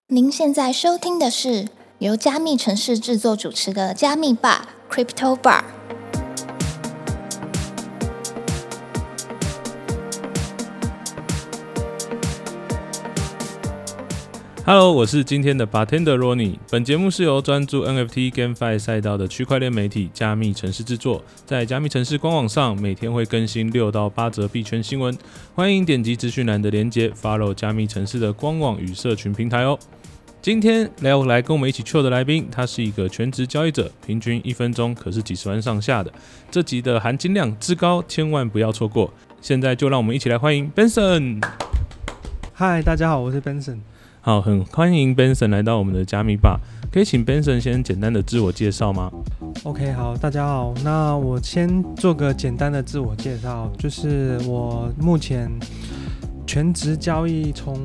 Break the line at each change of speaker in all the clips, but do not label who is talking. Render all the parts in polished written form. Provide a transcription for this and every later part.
您现在收听的是由加密城市制作主持的加密吧 Crypto
Bar。Hello， 我是今天的 Bartender Ronnie。本节目是由专注 NFT、GameFi 赛道的区块链媒体加密城市制作，在加密城市官网上每天会更新6到8则币圈新闻，欢迎点击资讯栏的连结 ，follow 加密城市的官网与社群平台哦。今天来跟我们一起 chill 的来宾，他是一个全职交易者，平均1分钟可是几十万上下的。这集的含金量之高，千万不要错过。现在就让我们一起来欢迎 Benson。
嗨，大家好，我是 Benson。
好，很欢迎 Benson 来到我们的加密吧，可以请 Benson 先简单的自我介绍吗
？OK， 好，大家好，那我先做个简单的自我介绍，就是我目前全职交易从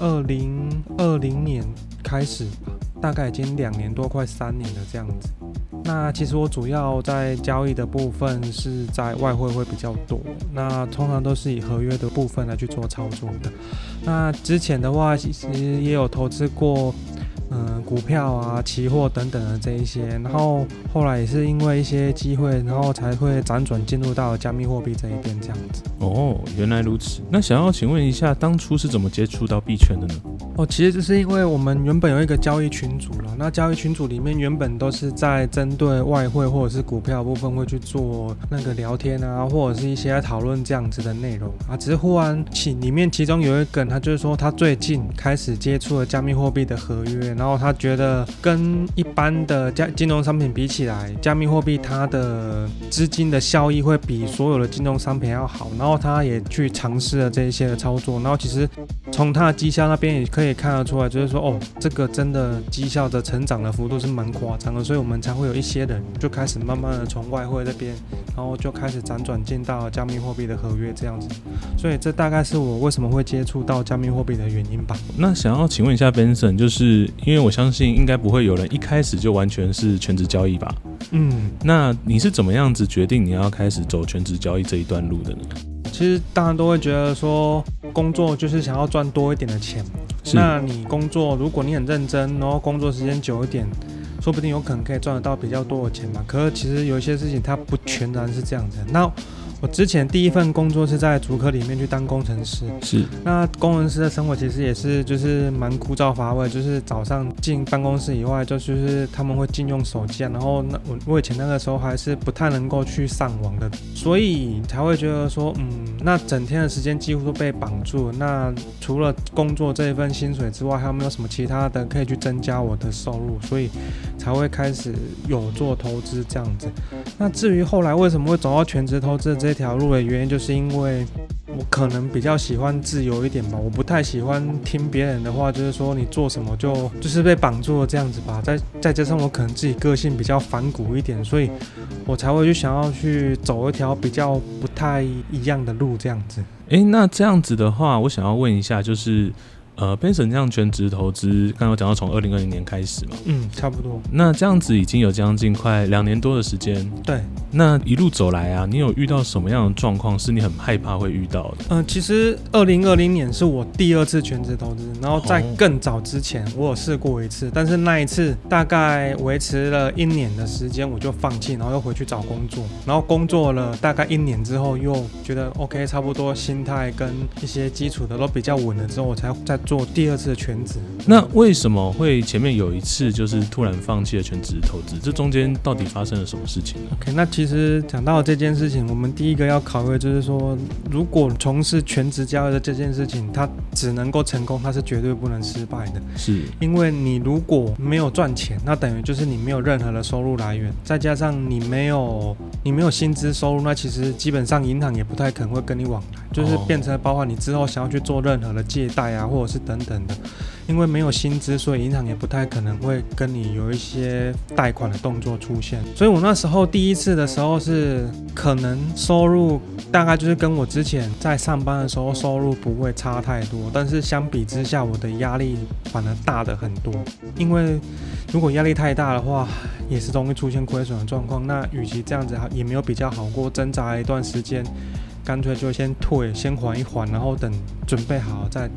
2020年开始吧，大概已经2年多，快3年了这样子。那其实我主要在交易的部分是在外汇会比较多，那通常都是以合约的部分来去做操作的。那之前的话，其实也有投资过股票啊、期货等等的这一些，然后后来也是因为一些机会，然后才会辗转进入到加密货币这一边这样子。
哦，原来如此。那想要请问一下，当初是怎么接触到币圈的呢？
其实就是因为我们原本有一个交易群组了，那交易群组里面原本都是在针对外汇或者是股票部分会去做那个聊天啊，或者是一些讨论这样子的内容啊。只是忽然里面其中有一个人，他就是说他最近开始接触了加密货币的合约，然后他觉得跟一般的金融商品比起来，加密货币它的资金的效益会比所有的金融商品要好，然后他也去尝试了这一些的操作，然后其实从他的绩效那边也可以看得出来，就是说这个真的绩效的成长的幅度是蛮夸张的，所以我们才会有一些人就开始慢慢的从外汇这边，然后就开始辗转进到加密货币的合约这样子，所以这大概是我为什么会接触到加密货币的原因吧。
那想要请问一下 Benson， 就是因为我相信应该不会有人一开始就完全是全职交易吧？那你是怎么样子决定你要开始走全职交易这一段路的呢？
其实当然都会觉得说工作就是想要赚多一点的钱，那你工作如果你很认真，然后工作时间久一点，说不定有可能可以赚得到比较多的钱嘛。可是其实有一些事情它不全然是这样子。那我之前第一份工作是在竹科里面去当工程师，那工程师的生活其实也是就是蛮枯燥乏味，就是早上进办公室以外，就是他们会禁用手机啊，然后我以前那个时候还是不太能够去上网的，所以才会觉得说，那整天的时间几乎都被绑住。那除了工作这一份薪水之外，还有没有什么其他的可以去增加我的收入？所以才会开始有做投资这样子。那至于后来为什么会走到全职投资这条路的原因，就是因为我可能比较喜欢自由一点吧，我不太喜欢听别人的话，就是说你做什么就是被绑住了这样子吧。再加上我可能自己个性比较反骨一点，所以我才会想要去走一条比较不太一样的路这样子。
那这样子的话，我想要问一下，就是Benson 这样全职投资，刚刚讲到从2020年开始嘛，
差不多。
那这样子已经有将近快2年多的时间。
对。
那一路走来啊，你有遇到什么样的状况是你很害怕会遇到的？
其实2020年是我第2次全职投资，然后在更早之前我有试过一次，但是那一次大概维持了1年的时间，我就放弃，然后又回去找工作，然后工作了大概1年之后，又觉得 OK 差不多，心态跟一些基础的都比较稳了之后，我才再做第2次的全职。
那为什么会前面有一次就是突然放弃了全职投资？这中间到底发生了什么事情呢
？OK， 那其实讲到这件事情，我们第一个要考虑就是说，如果从事全职交易的这件事情，它只能够成功，它是绝对不能失败的。
是
因为你如果没有赚钱，那等于就是你没有任何的收入来源，再加上你没有薪资收入，那其实基本上银行也不太可能会跟你往来，就是变成包括你之后想要去做任何的借贷啊，或者是等等的。因为没有薪资，所以银行也不太可能会跟你有一些贷款的动作出现。所以我那时候第1次的时候是可能收入大概就是跟我之前在上班的时候收入不会差太多，但是相比之下我的压力反而大的很多。因为如果压力太大的话，也是容易出现亏损的状况。那与其这样子也没有比较好过，挣扎了一段时间，干脆就先退，先缓一缓，然后等准备好再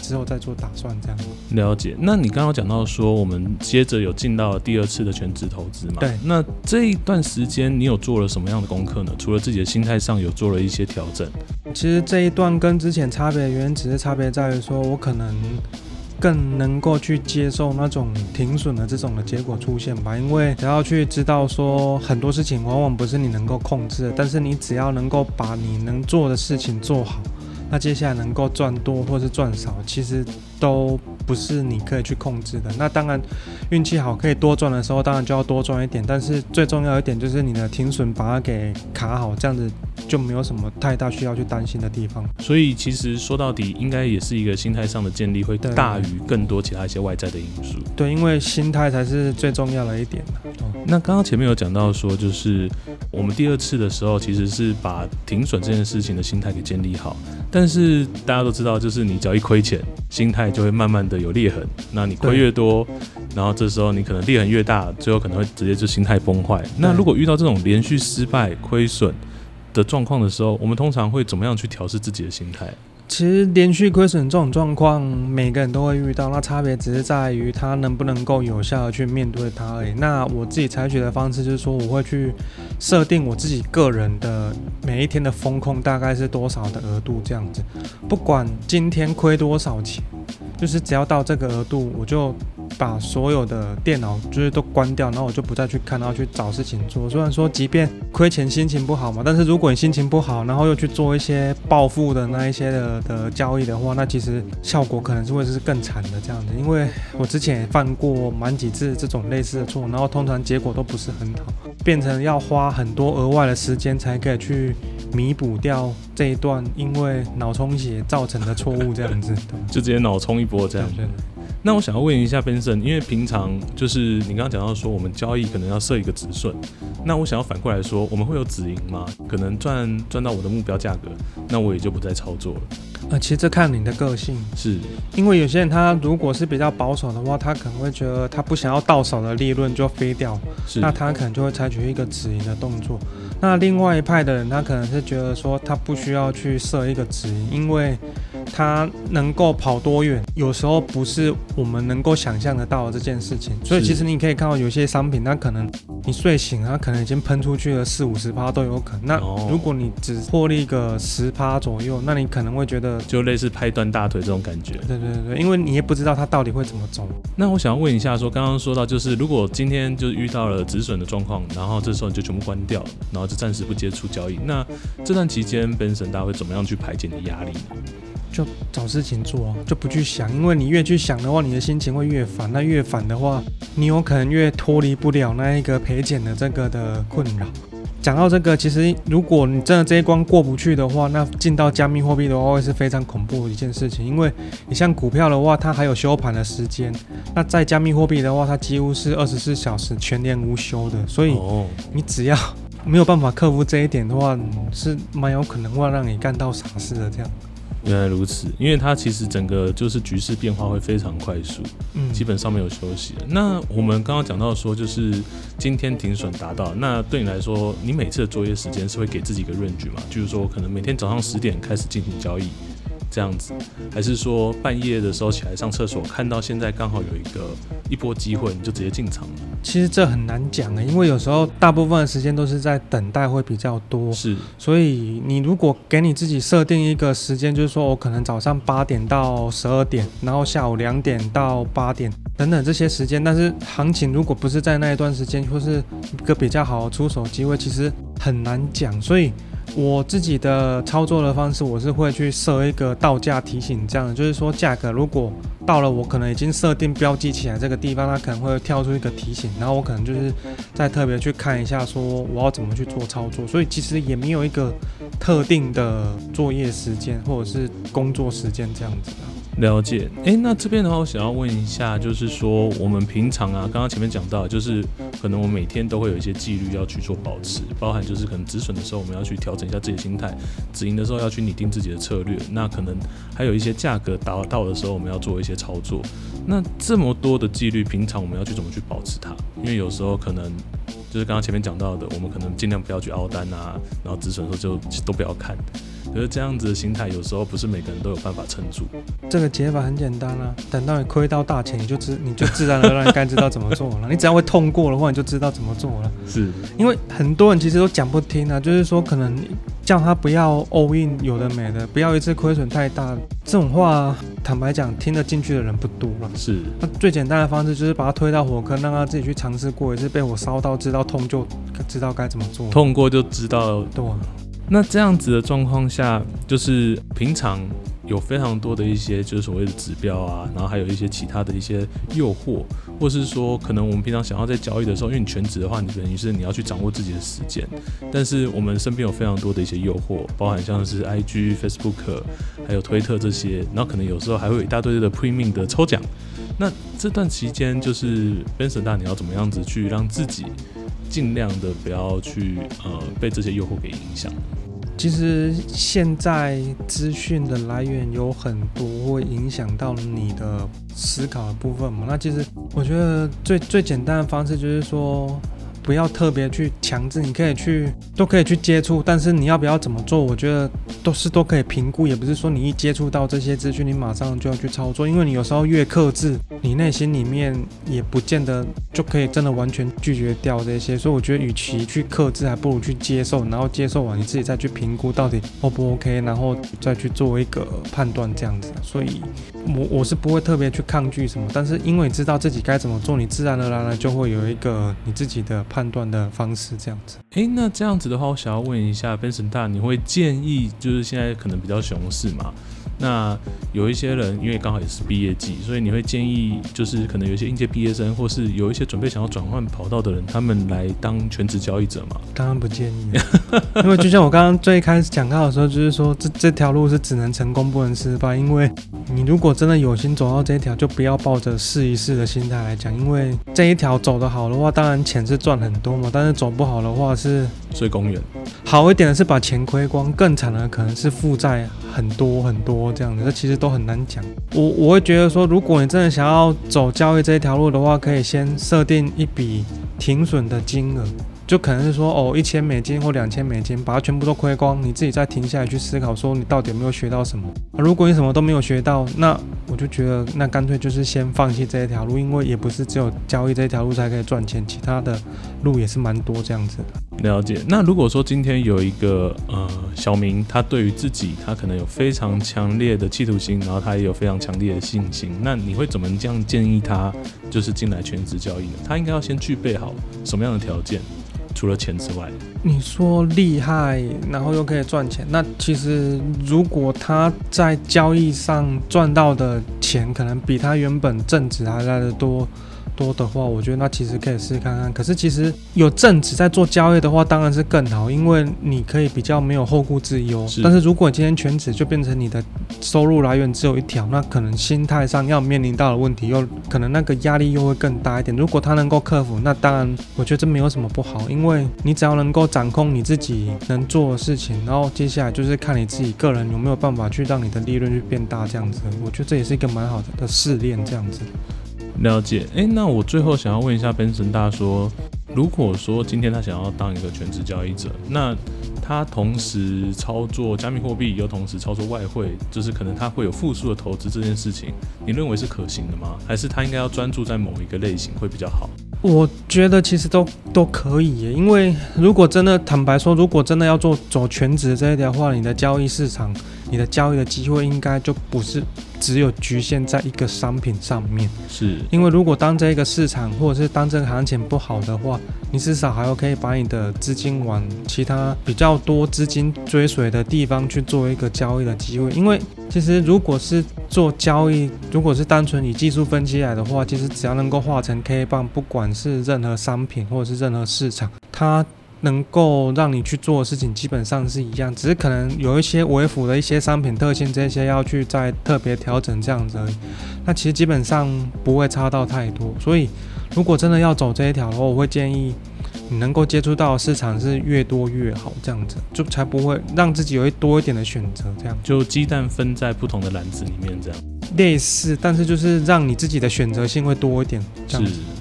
之后再做打算这样。
了解。那你刚刚讲到说我们接着有进到了第二次的全职投资嘛？
对。
那这一段时间你有做了什么样的功课呢？除了自己的心态上有做了一些调整，
其实这一段跟之前差别的原因只是差别在于说我可能更能够去接受那种停损的这种的结果出现吧，因为只要去知道说很多事情往往不是你能够控制的，但是你只要能够把你能做的事情做好，那接下来能够赚多或是赚少，其实都不是你可以去控制的。那当然运气好可以多赚的时候，当然就要多赚一点，但是最重要一点就是你的停损把它给卡好，这样子就没有什么太大需要去担心的地方。
所以其实说到底应该也是一个心态上的建立会大于更多其他一些外在的因素。
对，因为心态才是最重要的一点。
那刚刚前面有讲到说，就是我们第二次的时候其实是把停损这件事情的心态给建立好，但是大家都知道，就是你只要一亏钱，心态就会慢慢的有裂痕，那你亏越多，然后这时候你可能裂痕越大，最后可能会直接就心态崩坏。那如果遇到这种连续失败亏损的状况的时候，我们通常会怎么样去调适自己的心态？
其实连续亏损这种状况每个人都会遇到，那差别只是在于他能不能够有效的去面对它而已。那我自己采取的方式就是说，我会去设定我自己个人的每一天的风控大概是多少的额度这样子，不管今天亏多少钱，就是只要到这个额度，我就把所有的电脑就是都关掉，然后我就不再去看，然后去找事情做。虽然说即便亏钱心情不好嘛，但是如果你心情不好，然后又去做一些暴富的那一些的交易的话，那其实效果可能是会是更惨的这样子。因为我之前也犯过蛮几次这种类似的错，然后通常结果都不是很好，变成要花很多额外的时间才可以去弥补掉这一段因为脑充血造成的错误这样子。
就直接脑充一波这样。
对。
那我想要问一下 Benson， 因为平常就是你刚刚讲到说我们交易可能要设一个止损，那我想要反过来说，我们会有止盈吗？可能赚到我的目标价格，那我也就不再操作了。
其实这看你的个性，
是
因为有些人他如果是比较保守的话，他可能会觉得他不想要到手的利润就飞掉，那他可能就会采取一个止盈的动作。那另外一派的人，他可能是觉得说他不需要去设一个止盈，因为他能够跑多远，有时候不是我们能够想象得到的这件事情。所以其实你可以看到有些商品，它可能你睡醒，它可能已经喷出去了40-50%都有可能。那如果你只获利个10%左右，那你可能会觉得
就类似拍断大腿这种感觉。
对，因为你也不知道它到底会怎么走。
那我想要问一下说，刚刚说到就是如果今天就遇到了止损的状况，然后这时候你就全部关掉，然后就暂时不接触交易，那这段期间 Benson 大家会怎么样去排解你的压力呢？
就找事情做，就不去想，因为你越去想的话，你的心情会越烦。那越烦的话，你有可能越脱离不了那一个赔钱的这个的困扰。讲到这个，其实如果你真的这一关过不去的话，那进到加密货币的话会是非常恐怖的一件事情。因为你像股票的话，它还有休盘的时间，那在加密货币的话，它几乎是24小时全年无休的，所以你只要没有办法克服这一点的话，是蛮有可能会让你干到傻事的这样。
原来如此，因为它其实整个就是局势变化会非常快速，基本上没有休息。那我们刚刚讲到说，就是今天停损达到，那对你来说，你每次的作业时间是会给自己一个 range 嘛？就是说，可能每天早上10点开始进行交易，这样子，还是说半夜的时候起来上厕所，看到现在刚好有一波机会，你就直接进场了？
其实这很难讲因为有时候大部分的时间都是在等待会比较多，
是，
所以你如果给你自己设定一个时间，就是说我可能早上8点到12点，然后下午2点到8点等等这些时间，但是行情如果不是在那一段时间，或是一个比较好的出手机会，其实很难讲。所以我自己的操作的方式，我是会去设一个到价提醒，这样的就是说价格如果到了我可能已经设定标记起来这个地方，它可能会跳出一个提醒，然后我可能就是再特别去看一下说我要怎么去做操作。所以其实也没有一个特定的作业时间或者是工作时间这样子的。
了解。那这边的话我想要问一下，就是说我们平常刚刚前面讲到，就是可能我们每天都会有一些纪律要去做保持，包含就是可能止损的时候我们要去调整一下自己的心态，止盈的时候要去拟定自己的策略，那可能还有一些价格达到的时候我们要做一些操作。那这么多的纪律，平常我们要去怎么去保持它？因为有时候可能就是刚刚前面讲到的，我们可能尽量不要去凹单啊，然后止损的时候就都不要看。可是这样子的心态，有时候不是每个人都有办法撑住。
这个解法很简单啊，等到你亏到大钱，你就自然而然该知道怎么做了。你只要会痛过的话，你就知道怎么做了。
是，
因为很多人其实都讲不听啊，就是说可能叫他不要 all in 有的没的，不要一次亏损太大，这种话坦白讲听得进去的人不多了。
是，
那最简单的方式就是把他推到火坑，让他自己去尝试过一次，被火烧到知道痛就知道该怎么做，
痛过就知道。
对啊。
那这样子的状况下，就是平常有非常多的一些就是所谓的指标啊，然后还有一些其他的一些诱惑，或是说可能我们平常想要在交易的时候，因为你全职的话，你等于是你要去掌握自己的时间，但是我们身边有非常多的一些诱惑，包含像是 IG、Facebook 还有推特这些，然后可能有时候还会有一大堆的 Premium 的抽奖。那这段期间，就是 Benson 大，你要怎么样子去让自己尽量的不要去被这些诱惑给影响？
其实现在资讯的来源有很多，会影响到你的思考的部分嘛。那其实我觉得最简单的方式就是说，不要特别去强制，你都可以去接触，但是你要不要怎么做，我觉得都可以评估，也不是说你一接触到这些资讯，你马上就要去操作，因为你有时候越克制，你内心里面也不见得就可以真的完全拒绝掉这些，所以我觉得与其去克制，还不如去接受，然后接受完你自己再去评估到底 O 不 OK， 然后再去做一个判断这样子。所以我是不会特别去抗拒什么，但是因为你知道自己该怎么做，你自然而然的就会有一个你自己的判断的方式这样子。
那这样子的话，我想要问一下 Benson 大，你会建议就是现在可能比较熊市嘛？那有一些人因为刚好也是毕业季，所以你会建议就是可能有一些应届毕业生，或是有一些准备想要转换跑道的人，他们来当全职交易者吗？
当然不建议因为就像我刚刚最开始讲到的时候，就是说这条路是只能成功不能失败，因为你如果真的有心走到这一条，就不要抱着试一试的心态来讲，因为这一条走得好的话，当然钱是赚很多嘛，但是走不好的话是
睡公园。
好一点的是把钱亏光，更惨的可能是负债很多很多这样子，这其实都很难讲。我会觉得说，如果你真的想要走交易这一条路的话，可以先设定一笔停损的金额，就可能是说$1000或$2000，把它全部都亏光，你自己再停下来去思考说你到底有没有学到什么。如果你什么都没有学到，那我就觉得那干脆就是先放弃这一条路，因为也不是只有交易这一条路才可以赚钱，其他的路也是蛮多这样子的。
了解。那如果说今天有一个小明，他对于自己他可能有非常强烈的企图心，然后他也有非常强烈的信心，那你会怎么这样建议他就是进来全职交易呢？他应该要先具备好什么样的条件？除了钱之外，
你说厉害，然后又可以赚钱，那其实如果他在交易上赚到的钱，可能比他原本正职还来得多的话，我觉得那其实可以试看看。可是其实有正职在做交易的话，当然是更好，因为你可以比较没有后顾之忧。但是如果你今天全职，就变成你的收入来源只有一条，那可能心态上要面临到的问题，又可能那个压力又会更大一点。如果他能够克服，那当然我觉得这没有什么不好，因为你只要能够掌控你自己能做的事情，然后接下来就是看你自己个人有没有办法去让你的利润去变大，这样子，我觉得这也是一个蛮好的试炼，这样子。
了解。那我最后想要问一下 Benson 大说，如果说今天他想要当一个全职交易者，那他同时操作加密货币又同时操作外汇，就是可能他会有复数的投资这件事情，你认为是可行的吗？还是他应该要专注在某一个类型会比较好？
我觉得其实都可以耶，因为如果真的坦白说，如果真的要走全职这一条的话，你的交易市场，你的交易的机会应该就不是只有局限在一个商品上面。
是
因为如果当这个市场或者是当这个行情不好的话，你至少还可以把你的资金往其他比较多资金追随的地方去做一个交易的机会。因为其实如果是做交易，如果是单纯以技术分析来的话，其实只要能够画成 K 棒，不管是任何商品或者是任何市场，它能够让你去做的事情基本上是一样，只是可能有一些微幅的一些商品特性，这些要去再特别调整这样子而已。那其实基本上不会差到太多，所以如果真的要走这一条的话，我会建议你能够接触到的市场是越多越好，这样子就才不会让自己有多一点的选择，这样
就鸡蛋分在不同的篮子里面，这样
类似，但是就是让你自己的选择性会多一点，这样子。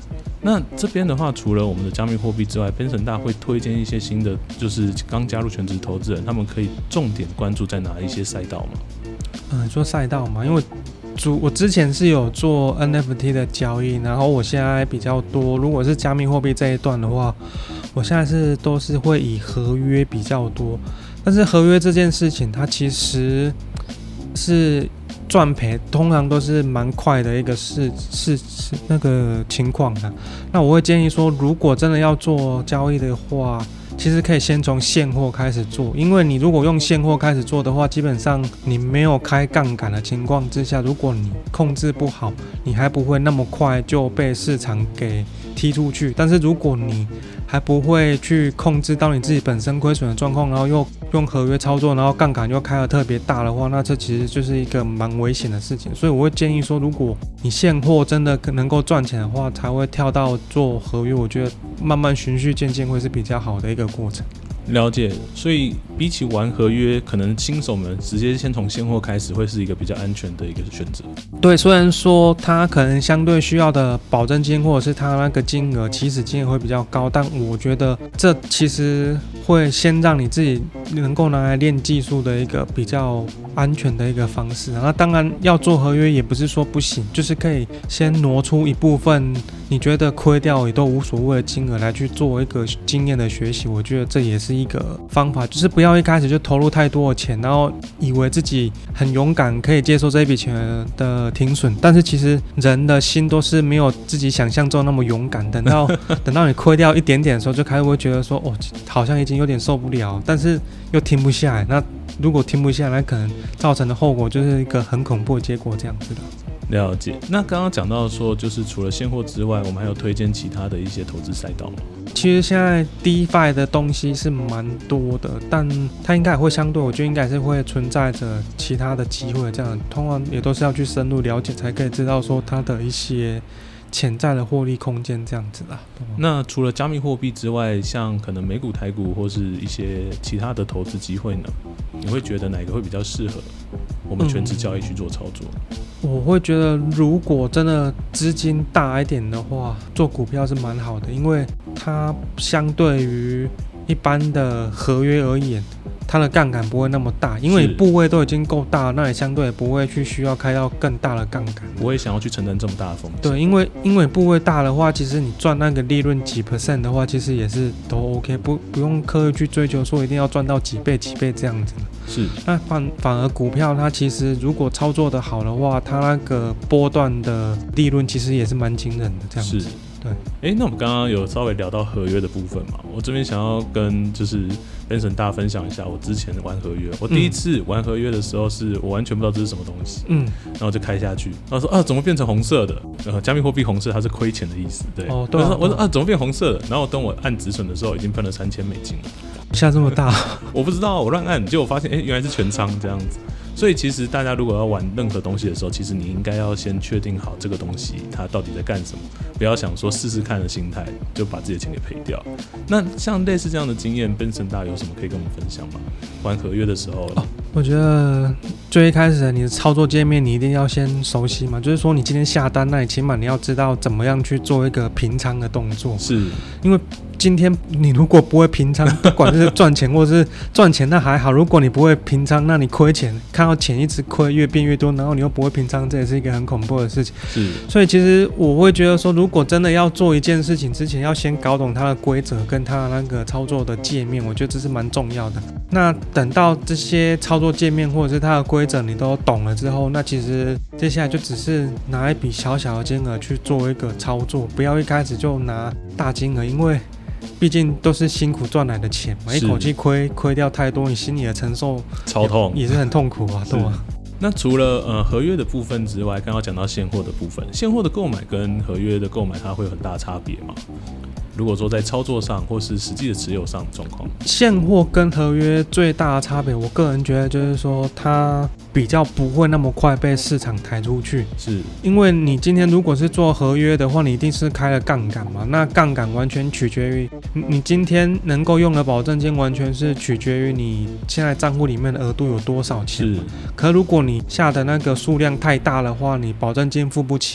那这边的话，除了我们的加密货币之外，Benson大会推荐一些新的，就是刚加入全职投资人，他们可以重点关注在哪一些赛道吗？
说赛道嘛，因为我之前是有做 NFT 的交易，然后我现在比较多，如果是加密货币这一段的话，我现在都是会以合约比较多。但是合约这件事情，它其实是赚赔通常都是蛮快的一个那个情况啊。那我会建议说，如果真的要做交易的话，其实可以先从现货开始做，因为你如果用现货开始做的话，基本上你没有开杠杆的情况之下，如果你控制不好，你还不会那么快就被市场给踢出去。但是如果你还不会去控制到你自己本身亏损的状况，然后又用合约操作，然后杠杆又开得特别大的话，那这其实就是一个蛮危险的事情。所以我会建议说，如果你现货真的能够赚钱的话，才会跳到做合约。我觉得慢慢循序渐进会是比较好的一个过程。
了解，所以比起玩合约，可能新手们直接先从现货开始，会是一个比较安全的一个选择。
对，虽然说它可能相对需要的保证金或者是它那个金额起始金额会比较高，但我觉得这其实会先让你自己能够拿来练技术的一个比较安全的一个方式。那当然要做合约也不是说不行，就是可以先挪出一部分你觉得亏掉也都无所谓的金额来去做一个经验的学习，我觉得这也是一个方法，就是不要一开始就投入太多的钱，然后以为自己很勇敢可以接受这一笔钱的停损，但是其实人的心都是没有自己想象中那么勇敢，等到你亏掉一点点的时候，就开始会觉得说好像已经有点受不了，但是又停不下来。那如果停不下来，可能造成的后果就是一个很恐怖的结果，这样子的。
了解。那刚刚讲到说，就是除了现货之外，我们还有推荐其他的一些投资赛道吗？
其实现在 DeFi 的东西是蛮多的，但它应该也会相对，我觉得应该是会存在着其他的机会，这样通常也都是要去深入了解，才可以知道说它的一些潜在的获利空间这样子啦。
那除了加密货币之外，像可能美股、台股或是一些其他的投资机会呢？你会觉得哪个会比较适合我们全职交易去做操作？
我会觉得，如果真的资金大一点的话，做股票是蛮好的，因为它相对于一般的合约而言，它的杠杆不会那么大，因为你部位都已经够大，那你相对也不会去需要开到更大的杠杆，
不会想要去承担这么大的风险。
对，因为部位大的话，其实你赚那个利润几%的话，其实也是都 OK， 不用刻意去追求说一定要赚到几倍这样子。
是，
那反而股票它其实如果操作的好的话，它那个波段的利润其实也是蛮惊人的这样子。
是。
对，
那我们刚刚有稍微聊到合约的部分嘛，我这边想要跟就是 Benson 大分享一下我之前玩合约。我第一次玩合约的时候，是我完全不知道这是什么东西，然后就开下去，然后说怎么变成红色的？加密货币红色它是亏钱的意思，对。
对啊，
我说怎么变红色的？然后等我按止损的时候，已经喷了$3000了，
下这么大，
我不知道，我乱按，结果发现原来是全仓这样子。所以其实大家如果要玩任何东西的时候，其实你应该要先确定好这个东西它到底在干什么，不要想说试试看的心态就把自己的钱给赔掉。那像类似这样的经验 ，Benson 大有什么可以跟我们分享吗？玩合约的时候，
我觉得最一开始你的操作界面你一定要先熟悉嘛，就是说你今天下单，那你起码你要知道怎么样去做一个平仓的动作，
是
因为今天你如果不会平仓，不管是赚钱或是赚钱那还好，如果你不会平仓，那你亏钱，看到钱一直亏越变越多，然后你又不会平仓，这也是一个很恐怖的事情。
是，
所以其实我会觉得说，如果真的要做一件事情之前，要先搞懂它的规则跟它的那个操作的界面，我觉得这是蛮重要的。那等到这些操作界面或者是它的规则你都懂了之后，那其实接下来就只是拿一笔小小的金额去做一个操作，不要一开始就拿大金额，因为毕竟都是辛苦赚来的钱嘛，一口气亏掉太多，你心里的承受
超痛，
也是很痛苦啊，对吧？
那除了合约的部分之外，刚刚讲到现货的部分，现货的购买跟合约的购买它会有很大差别吗？如果说在操作上或是实际的持有上的状况，
现货跟合约最大的差别，我个人觉得就是说它比较不会那么快被市场抬出去，
是
因为你今天如果是做合约的话，你一定是开了杠杆嘛，那杠杆完全取决于你今天能够用的保证金，完全是取决于你现在账户里面的额度有多少钱嘛。可如果你下的那个数量太大的话，你保证金付不起，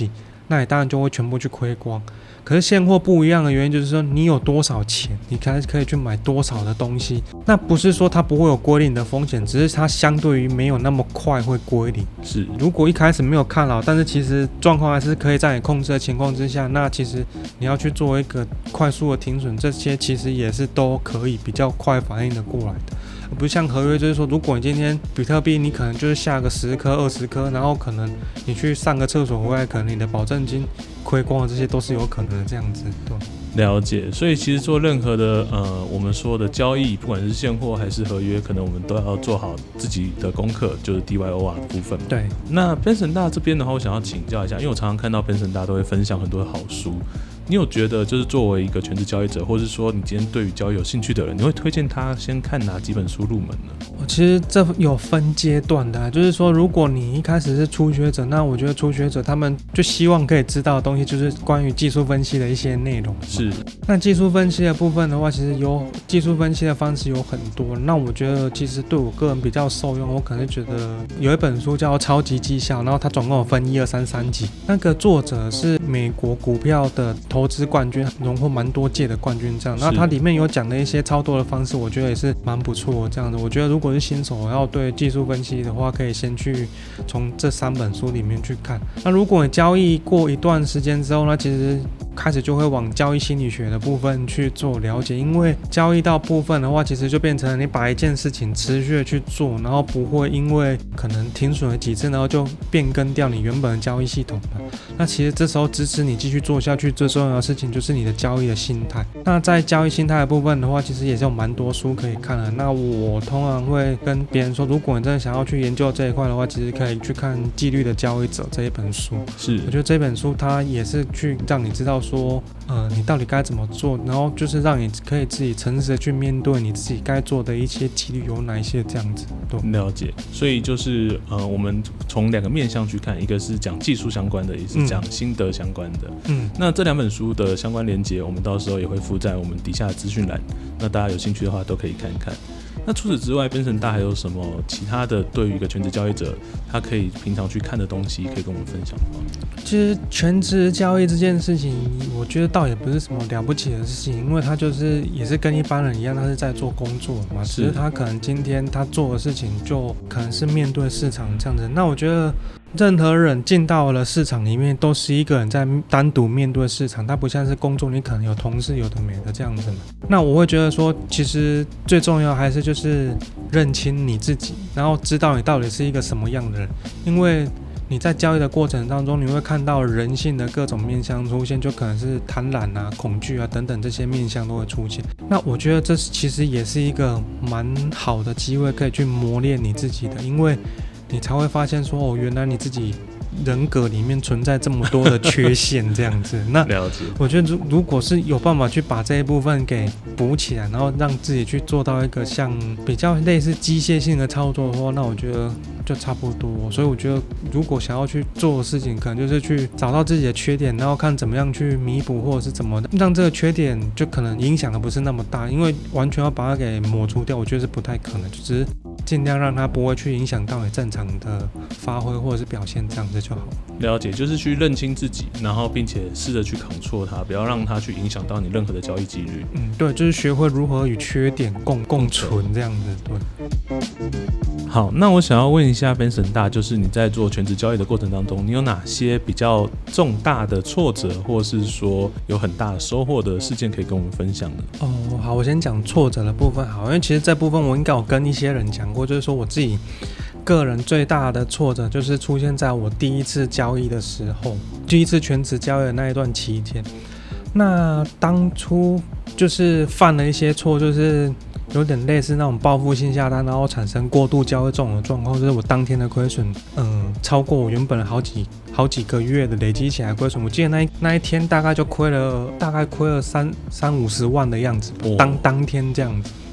那你当然就会全部去亏光。可是现货不一样的原因就是说，你有多少钱，你可以去买多少的东西。那不是说它不会有归零的风险，只是它相对于没有那么快会归零。
是，
如果一开始没有看好，但是其实状况还是可以在你控制的情况之下，那其实你要去做一个快速的停损，这些其实也是都可以比较快反应的过来的。而不是像合约，就是说，如果你今天比特币你可能就是下个10颗、20颗，然后可能你去上个厕所回来，可能你的保证金亏光了，这些都是有可能的这样子，对。
了解，所以其实做任何的我们说的交易，不管是现货还是合约，可能我们都要做好自己的功课，就是 DYOR 的部分。
对。
那 Benson 大这边的话，我想要请教一下，因为我常常看到 Benson 大都会分享很多好书。你有觉得就是作为一个全职交易者，或是说你今天对于交易有兴趣的人，你会推荐他先看哪几本书入门呢？
其实这有分阶段的，就是说如果你一开始是初学者，那我觉得初学者他们就希望可以知道的东西就是关于技术分析的一些内容。
是。
那技术分析的部分的话，其实有技术分析的方式有很多。那我觉得其实对我个人比较受用，我可能觉得有一本书叫《超级绩效》，然后它总共有分1、2、3、3集。那个作者是美国股票的投资冠军，荣获蛮多届的冠军这样。那它里面有讲的一些操作的方式，我觉得也是蛮不错这样的。我觉得如果是新手要对技术分析的话，可以先去从这3本书里面去看。那如果你交易过一段时间之后呢，其实开始就会往交易心理学的部分去做了解，因为交易到部分的话，其实就变成了你把一件事情持续的去做，然后不会因为可能停损了几次，然后就变更掉你原本的交易系统了。那其实这时候支持你继续做下去最重要的事情就是你的交易的心态。那在交易心态的部分的话，其实也是有蛮多书可以看的。那我通常会跟别人说，如果你真的想要去研究这一块的话，其实可以去看《纪律的交易者》这一本书。
是，
我觉得这本书它也是去让你知道说你到底该怎么做，然后就是让你可以自己诚实的去面对你自己该做的一些纪律有哪一些这样子。对，
了解。所以就是我们从2个面向去看，一个是讲技术相关的，也是讲心得相关的。那这2本书的相关连结，我们到时候也会附在我们底下的资讯栏，那大家有兴趣的话都可以看看。那除此之外，Benson大还有什么其他的对于一个全职交易者他可以平常去看的东西可以跟我们分享吗？
其实全职交易这件事情，我觉得倒也不是什么了不起的事情，因为他就是也是跟一般人一样，他是在做工作嘛，只是他可能今天他做的事情就可能是面对市场这样子。那我觉得任何人进到了市场里面都是一个人在单独面对市场，他不像是工作，你可能有同事有的没的这样子嘛。那我会觉得说，其实最重要还是就是认清你自己，然后知道你到底是一个什么样的人，因为你在交易的过程当中，你会看到人性的各种面向出现，就可能是贪婪啊、恐惧啊等等这些面向都会出现。那我觉得这其实也是一个蛮好的机会，可以去磨练你自己的，因为你才会发现说，原来你自己人格里面存在这么多的缺陷这样子。那
了解。
我觉得如果是有办法去把这一部分给补起来，然后让自己去做到一个像比较类似机械性的操作的话，那我觉得就差不多。所以我觉得如果想要去做的事情，可能就是去找到自己的缺点，然后看怎么样去弥补，或者是怎么让这个缺点就可能影响的不是那么大，因为完全要把它给抹除掉，我觉得是不太可能，就只是尽量让它不会去影响到你正常的发挥或者是表现，这样子就好。
了解，就是去认清自己，然后并且试着去control它，不要让它去影响到你任何的交易纪律。
对，就是学会如何与缺点共存这样子。对。
好，那我想要问一下 Benson 大，就是你在做全职交易的过程当中，你有哪些比较重大的挫折，或是说有很大的收获的事件可以跟我们分享呢？
好，我先讲挫折的部分好，因为其实这部分我应该有跟一些人讲过，就是说我自己个人最大的挫折就是出现在我第一次交易的时候，第一次全职交易的那一段期间。那当初就是犯了一些错，就是有点类似那种报复性下单，然后产生过度交易这种的状况，就是我当天的亏损，超过我原本好几个月的累积起来亏损。我记得那一天大概就亏了30-50万的样子，当天这样子。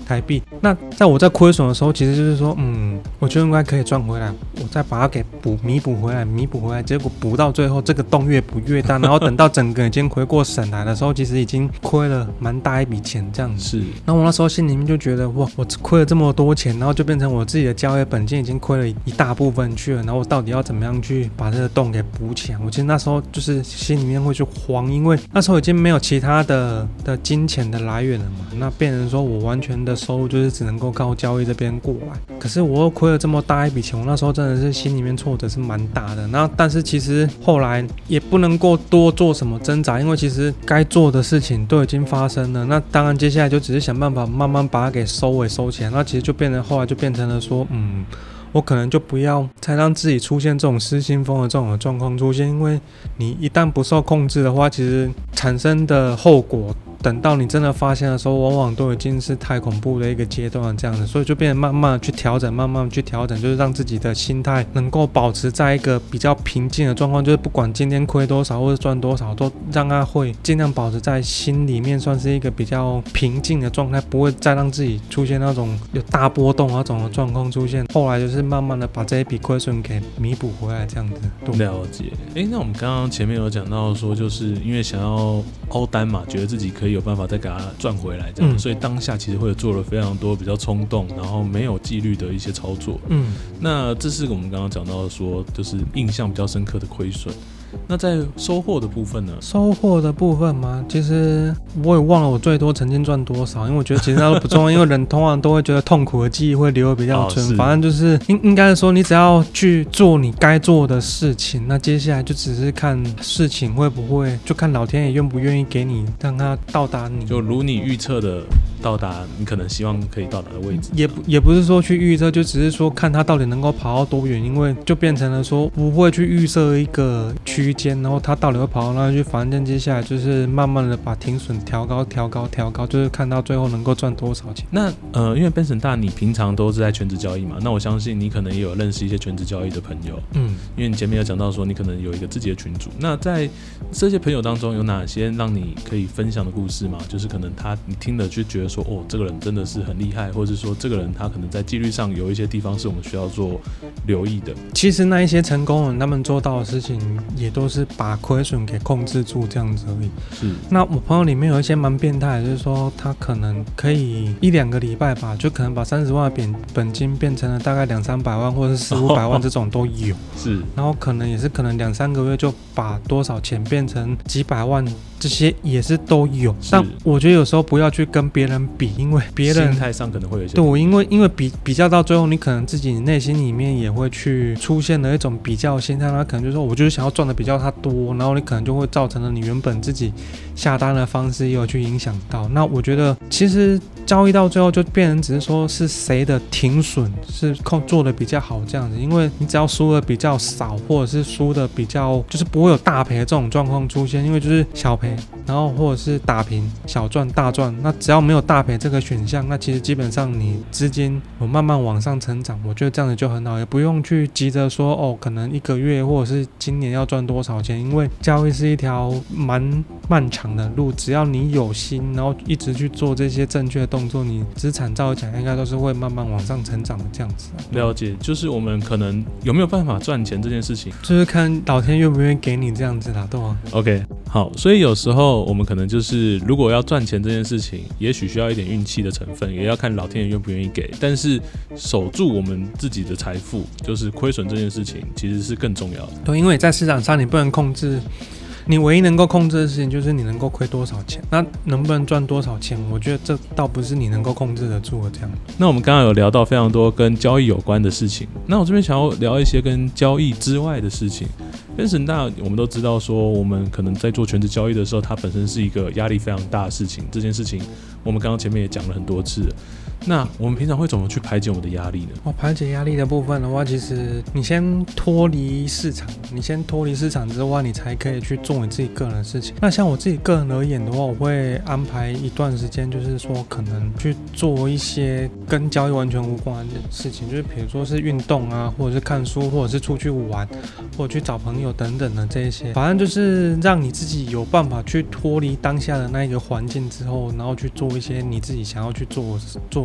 台币。那在我在亏损的时候，其实就是说，我觉得应该可以赚回来，我再把它给弥补回来，结果补到最后，这个洞越补越大，然后等到整个已经回过神来的时候，其实已经亏了蛮大一笔钱这样子。
是，
然后我那时候心里面就觉得，哇，我亏了这么多钱，然后就变成我自己的交易本金已经亏了一大部分去了，然后我到底要怎么样去把这个洞给补起来？我其实那时候就是心里面会去慌，因为那时候已经没有其他的金钱的来源了嘛，那变成说我完全的收入就是只能够靠交易这边过来，可是我又亏了这么大一笔钱，我那时候真的是心里面挫折是蛮大的。然后但是其实后来也不能够多做什么挣扎，因为其实该做的事情都已经发生了，那当然接下来就只是想办法慢慢把它给收起来，那其实就变成后来就变成了说，我可能就不要再让自己出现这种失心疯的这种状况出现，因为你一旦不受控制的话，其实产生的后果等到你真的发现的时候，往往都已经是太恐怖的一个阶段这样子，所以就变成慢慢去调整，就是让自己的心态能够保持在一个比较平静的状况，就是不管今天亏多少或者赚多少，都让它会尽量保持在心里面算是一个比较平静的状态，不会再让自己出现那种有大波动那种的状况出现。后来就是慢慢的把这一笔亏损给弥补回来这样子。
了解。那我们刚刚前面有讲到说，就是因为想要凹单嘛，觉得自己可以有办法再给它赚回来这样，所以当下其实会有做了非常多比较冲动，然后没有纪律的一些操作。那这是我们刚刚讲到的说，就是印象比较深刻的亏损。那在收获的部分呢？收获的部分吗？其实我也忘了我最多曾经赚多少，因为我觉得其实那都不重要，因为人通常都会觉得痛苦的记忆会留得比较深。反正就是应该说，你只要去做你该做的事情，那接下来就只是看事情会不会，就看老天爷愿不愿意给你，让它到达你，就如你预测的到达你可能希望可以到达的位置。也不是说去预测，就只是说看它到底能够跑到多远，因为就变成了说不会去预设一个区间，然后它到底会跑到哪里去，反正接下来就是慢慢的把停损调高，就是看到最后能够赚多少钱。那因为 Benson 大你平常都是在全职交易嘛，那我相信你可能也有认识一些全职交易的朋友，因为你前面有讲到说你可能有一个自己的群组，那在这些朋友当中有哪些让你可以分享的故事吗？就是可能你听了就觉得说，这个人真的是很厉害，或者是说这个人他可能在纪律上有一些地方是我们需要做留意的。其实那一些成功人他们做到的事情也都是把亏损给控制住这样子而已。是。那我朋友里面有一些蛮变态的，就是说他可能可以1-2个礼拜吧，就可能把30万的本金变成了大概200-300万或者是400-500万这种都有。是。然后可能2-3个月就把多少钱变成几百万，这些也是都有。但我觉得有时候不要去跟别人比，因为别人心态上可能会有一些对，因为比较到最后，你可能自己内心里面也会去出现了一种比较心态，他可能就说我就是想要赚的比较他多，然后你可能就会造成了你原本自己下单的方式也有去影响到。那我觉得其实交易到最后就变成只是说是谁的停损是做的比较好这样子，因为你只要输的比较少，或者是输的比较就是不会有大赔的这种状况出现，因为就是小赔然后或者是打平小赚大赚，那只要没有大赔这个选项，那其实基本上你资金有慢慢往上成长，我觉得这样子就很好，也不用去急着说可能1个月或者是今年要赚多少钱，因为交易是一条蛮漫长的路，只要你有心，然后一直去做这些正确的动作，你资产照讲应该都是会慢慢往上成长的这样子。了解，就是我们可能有没有办法赚钱这件事情，就是看老天愿不愿意给你这样子啦，对吗 ？OK， 好，所以有时候我们可能就是如果要赚钱这件事情，也许需要一点运气的成分，也要看老天爷愿不愿意给，但是守住我们自己的财富，就是亏损这件事情其实是更重要的。对，因为在市场上你不能控制，你唯一能够控制的事情就是你能够亏多少钱，那能不能赚多少钱，我觉得这倒不是你能够控制得住的这样。那我们刚刚有聊到非常多跟交易有关的事情，那我这边想要聊一些跟交易之外的事情。Benson大我们都知道说，我们可能在做全职交易的时候，它本身是一个压力非常大的事情，这件事情我们刚刚前面也讲了很多次了。那我们平常会怎么去排解我们的压力呢？排解压力的部分的话，其实你先脱离市场之外，你才可以去做你自己个人的事情。那像我自己个人而言的话，我会安排一段时间，就是说可能去做一些跟交易完全无关的事情，就是比如说是运动啊，或者是看书，或者是出去玩，或者去找朋友等等的这一些，反正就是让你自己有办法去脱离当下的那一个环境之后，然后去做一些你自己想要去做的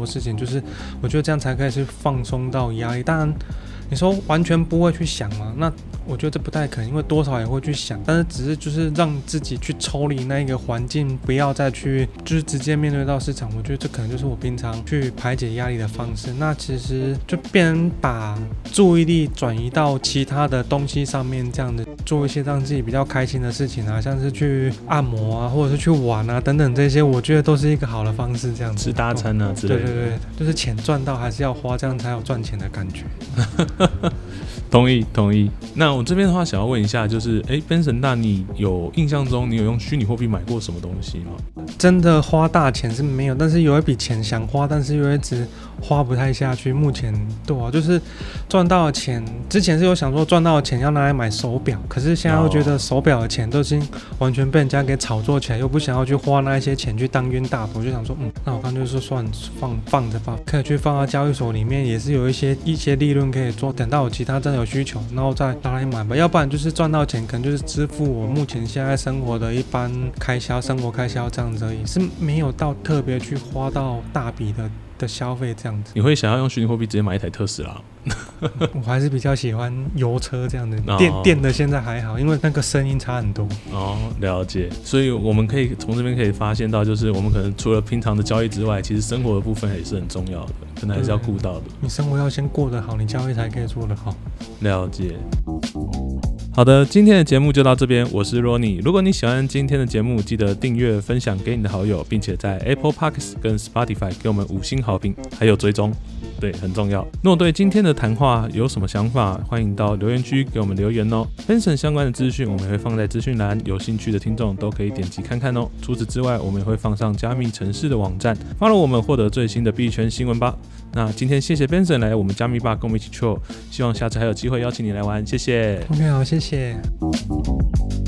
事情，就是我觉得这样才可以去放松到压力。当然你说完全不会去想嘛，那我觉得这不太可能，因为多少也会去想，但是只是就是让自己去抽离那一个环境，不要再去就是直接面对到市场。我觉得这可能就是我平常去排解压力的方式。那其实就变成把注意力转移到其他的东西上面，这样的做一些让自己比较开心的事情啊，像是去按摩啊，或者是去玩啊等等这些，我觉得都是一个好的方式。这样子
吃大餐啊之类的。
对对对，就是钱赚到还是要花，这样才有赚钱的感觉。
同意。那我这边的话想要问一下，就是Benson 大，你有印象中你有用虚拟货币买过什么东西吗？
真的花大钱是没有，但是有一笔钱想花，但是又一直花不太下去。目前对啊，就是赚到的钱，之前是有想说赚到的钱要拿来买手表，可是现在又觉得手表的钱都已经完全被人家给炒作起来，又不想要去花那一些钱去当冤大头，就想说那我干脆就算放着吧，可以去放到交易所里面，也是有一些利润可以做，等到有其他真的有需求，然后再拿来买吧。要不然就是赚到钱，可能就是支付我目前现在生活的一般开销、生活开销这样子而已，是没有到特别去花到大笔的消费这样子。
你会想要用虚拟货币直接买一台特斯拉？
我还是比较喜欢油车这样的，电的现在还好，因为那个声音差很多。
了解。所以我们可以从这边可以发现到，就是我们可能除了平常的交易之外，其实生活的部分也是很重要的，可能还是要顾到的。
你生活要先过得好，你交易才可以做得好。
了解。好的，今天的节目就到这边，我是 Ronnie。如果你喜欢今天的节目，记得订阅、分享给你的好友，并且在 Apple Podcast 跟 Spotify 给我们5星好评，还有追踪，对，很重要。若对今天的谈话有什么想法，欢迎到留言区给我们留言哦。Benson 相关的资讯我们也会放在资讯栏，有兴趣的听众都可以点击看看哦。除此之外，我们也会放上加密城市的网站，follow我们获得最新的币圈新闻吧。那今天谢谢 Benson 来我们加密吧跟我们一起 chill， 希望下次还有机会邀请你来玩，谢谢。
OK， 好，谢谢。